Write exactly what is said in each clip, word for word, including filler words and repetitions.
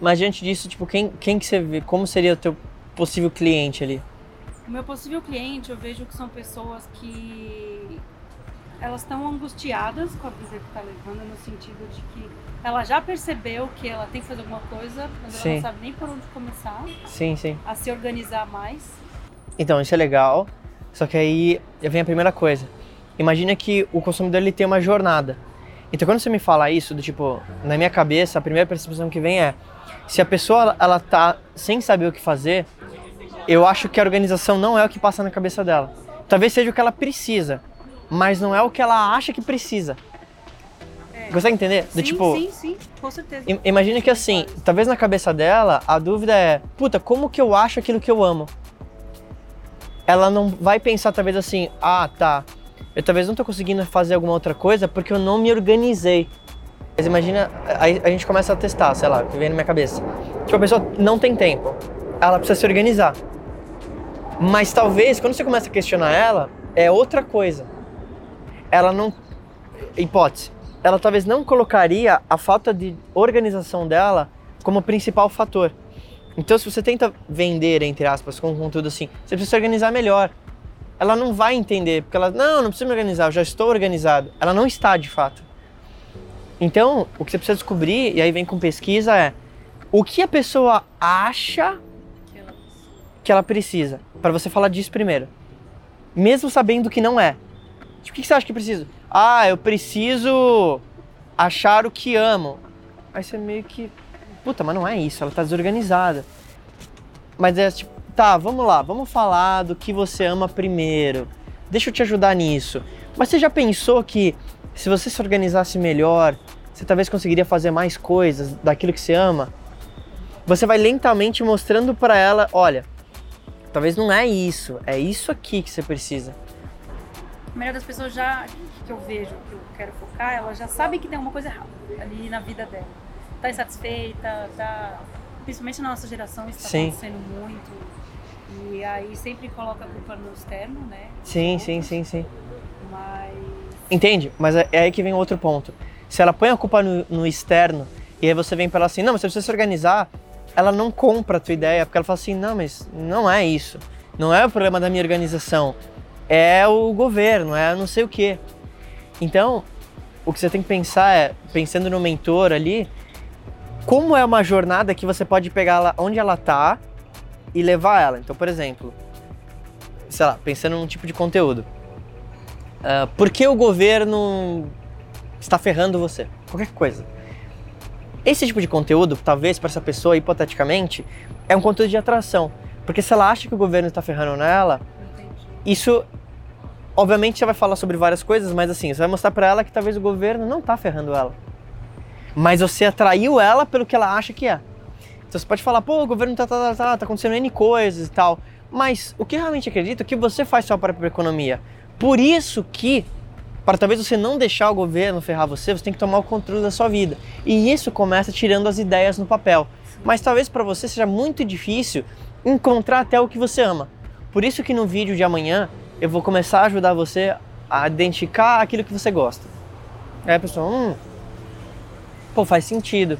Mas diante disso, tipo, quem, quem que você vê, como seria o teu possível cliente ali? O meu possível cliente, eu vejo que são pessoas que elas estão angustiadas com a vida que está levando, no sentido de que ela já percebeu que ela tem que fazer alguma coisa, mas ela Sim. não sabe nem por onde começar. Sim, sim. A se organizar mais. Então, isso é legal, só que aí vem a primeira coisa. Imagina que o consumidor ele tem uma jornada. Então, quando você me fala isso, do tipo, na minha cabeça, a primeira percepção que vem é, se a pessoa ela tá sem saber o que fazer, eu acho que a organização não é o que passa na cabeça dela. Talvez seja o que ela precisa, mas não é o que ela acha que precisa. É. Consegue entender? Do Sim, tipo, sim, sim, com certeza. Imagina que assim, talvez na cabeça dela, a dúvida é, puta, como que eu acho aquilo que eu amo? Ela não vai pensar talvez assim, ah, tá, eu talvez não tô conseguindo fazer alguma outra coisa porque eu não me organizei. Mas imagina, aí a gente começa a testar, sei lá, o que vem na minha cabeça. Tipo, a pessoa não tem tempo, ela precisa se organizar. Mas talvez, quando você começa a questionar ela, é outra coisa. Ela não, hipótese, ela talvez não colocaria a falta de organização dela como principal fator. Então, se você tenta vender, entre aspas, com um conteúdo assim, você precisa se organizar melhor. Ela não vai entender, porque ela, não, não preciso me organizar, eu já estou organizado. Ela não está, de fato. Então, o que você precisa descobrir, e aí vem com pesquisa, é o que a pessoa acha que ela precisa, para você falar disso primeiro. Mesmo sabendo que não é. Tipo, o que você acha que precisa? Ah, eu preciso achar o que amo. Aí você meio que... Puta, mas não é isso, ela tá desorganizada. Mas é tipo, tá, vamos lá, vamos falar do que você ama primeiro. Deixa eu te ajudar nisso. Mas você já pensou que se você se organizasse melhor, você talvez conseguiria fazer mais coisas daquilo que você ama? Você vai lentamente mostrando pra ela, olha, talvez não é isso, é isso aqui que você precisa. A maioria das pessoas já, que eu vejo, que eu quero focar, ela já sabe que tem alguma coisa errada ali na vida dela. Tá insatisfeita, tá... Principalmente na nossa geração isso tá Sim. acontecendo muito. E aí sempre coloca a culpa no externo, né? Sim, sim, sim, sim. Mas... Entende? Mas é, é aí que vem outro ponto. Se ela põe a culpa no, no externo, e aí você vem pra ela assim, não, mas você precisa se organizar, ela não compra a tua ideia, porque ela fala assim, não, mas não é isso. Não é o problema da minha organização. É o governo, é não sei o quê. Então, o que você tem que pensar é, pensando no mentor ali, como é uma jornada que você pode pegar ela onde ela tá e levar ela. Então, por exemplo, sei lá, pensando num tipo de conteúdo. Uh, por que o governo está ferrando você? Qualquer coisa. Esse tipo de conteúdo, talvez para essa pessoa, hipoteticamente, é um conteúdo de atração. Porque se ela acha que o governo está ferrando nela, isso, obviamente, você vai falar sobre várias coisas, mas assim, você vai mostrar para ela que talvez o governo não está ferrando ela. Mas você atraiu ela pelo que ela acha que é. Então você pode falar, pô, o governo tá, tá, tá, tá acontecendo N coisas e tal. Mas o que eu realmente acredito é que você faz sua própria economia. Por isso que, para talvez você não deixar o governo ferrar você, você tem que tomar o controle da sua vida. E isso começa tirando as ideias no papel. Mas talvez para você seja muito difícil encontrar até o que você ama. Por isso que no vídeo de amanhã eu vou começar a ajudar você a identificar aquilo que você gosta. Aí a pessoa, hum, pô, faz sentido.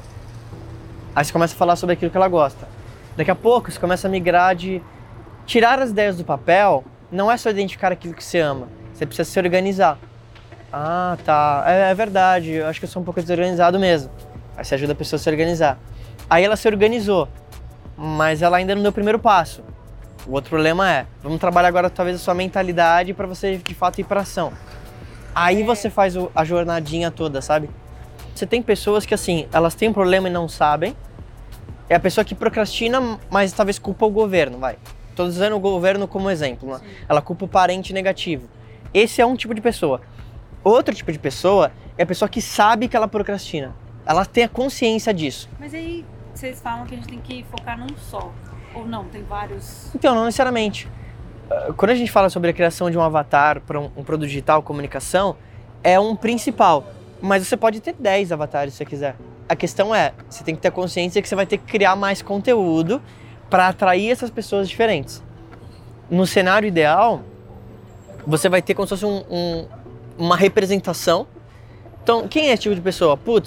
Aí você começa a falar sobre aquilo que ela gosta. Daqui a pouco você começa a migrar de tirar as ideias do papel, não é só identificar aquilo que você ama, você precisa se organizar. Ah, tá, é, é verdade, eu acho que eu sou um pouco desorganizado mesmo. Aí você ajuda a pessoa a se organizar. Aí ela se organizou, mas ela ainda não deu o primeiro passo. O outro problema é, vamos trabalhar agora talvez a sua mentalidade para você de fato ir para ação. Aí você faz o, a jornadinha toda, sabe? Você tem pessoas que assim, elas têm um problema e não sabem. É a pessoa que procrastina, mas talvez culpa o governo, vai. Tô usando o governo como exemplo, né? Ela culpa o parente negativo. Esse é um tipo de pessoa. Outro tipo de pessoa é a pessoa que sabe que ela procrastina. Ela tem a consciência disso. Mas aí vocês falam que a gente tem que focar num só. Ou não, tem vários... Então, não necessariamente. Quando a gente fala sobre a criação de um avatar para um, um produto digital, comunicação, é um principal. Mas você pode ter dez avatares se você quiser. A questão é, você tem que ter a consciência que você vai ter que criar mais conteúdo para atrair essas pessoas diferentes. No cenário ideal, você vai ter como se fosse um, um, uma representação. Então, quem é esse tipo de pessoa? Putz,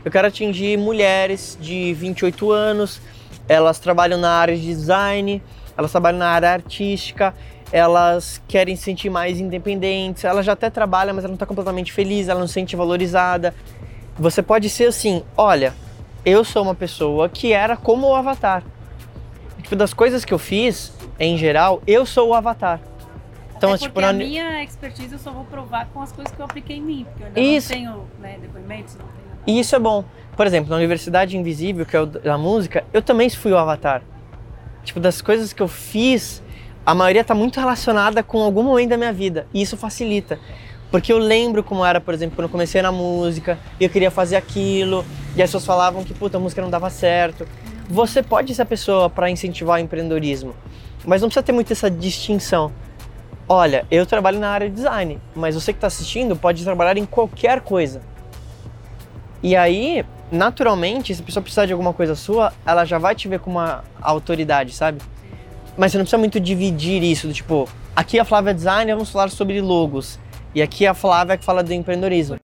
eu quero atingir mulheres de vinte e oito anos, elas trabalham na área de design, elas trabalham na área artística, elas querem se sentir mais independentes, ela já até trabalha, mas ela não está completamente feliz, ela não se sente valorizada. Você pode ser assim, olha, eu sou uma pessoa que era como o Avatar. Tipo, das coisas que eu fiz, em geral, eu sou o Avatar. Então, é tipo, na... a minha expertise eu só vou provar com as coisas que eu apliquei em mim, porque eu ainda Isso. não tenho, né, depoimentos, não tenho nada. E isso é bom. Por exemplo, na Universidade Invisível, que é o da música, eu também fui o Avatar. Tipo, das coisas que eu fiz, a maioria está muito relacionada com algum momento da minha vida. E isso facilita. Porque eu lembro como era, por exemplo, quando eu comecei na música, e eu queria fazer aquilo, e as pessoas falavam que, puta, a música não dava certo. Você pode ser a pessoa para incentivar o empreendedorismo, mas não precisa ter muito essa distinção. Olha, eu trabalho na área de design, mas você que está assistindo pode trabalhar em qualquer coisa. E aí, naturalmente, se a pessoa precisar de alguma coisa sua, ela já vai te ver com uma autoridade, sabe? Mas você não precisa muito dividir isso, do tipo, aqui a Flávia é designer, vamos falar sobre logos, e aqui a Flávia que fala do empreendedorismo.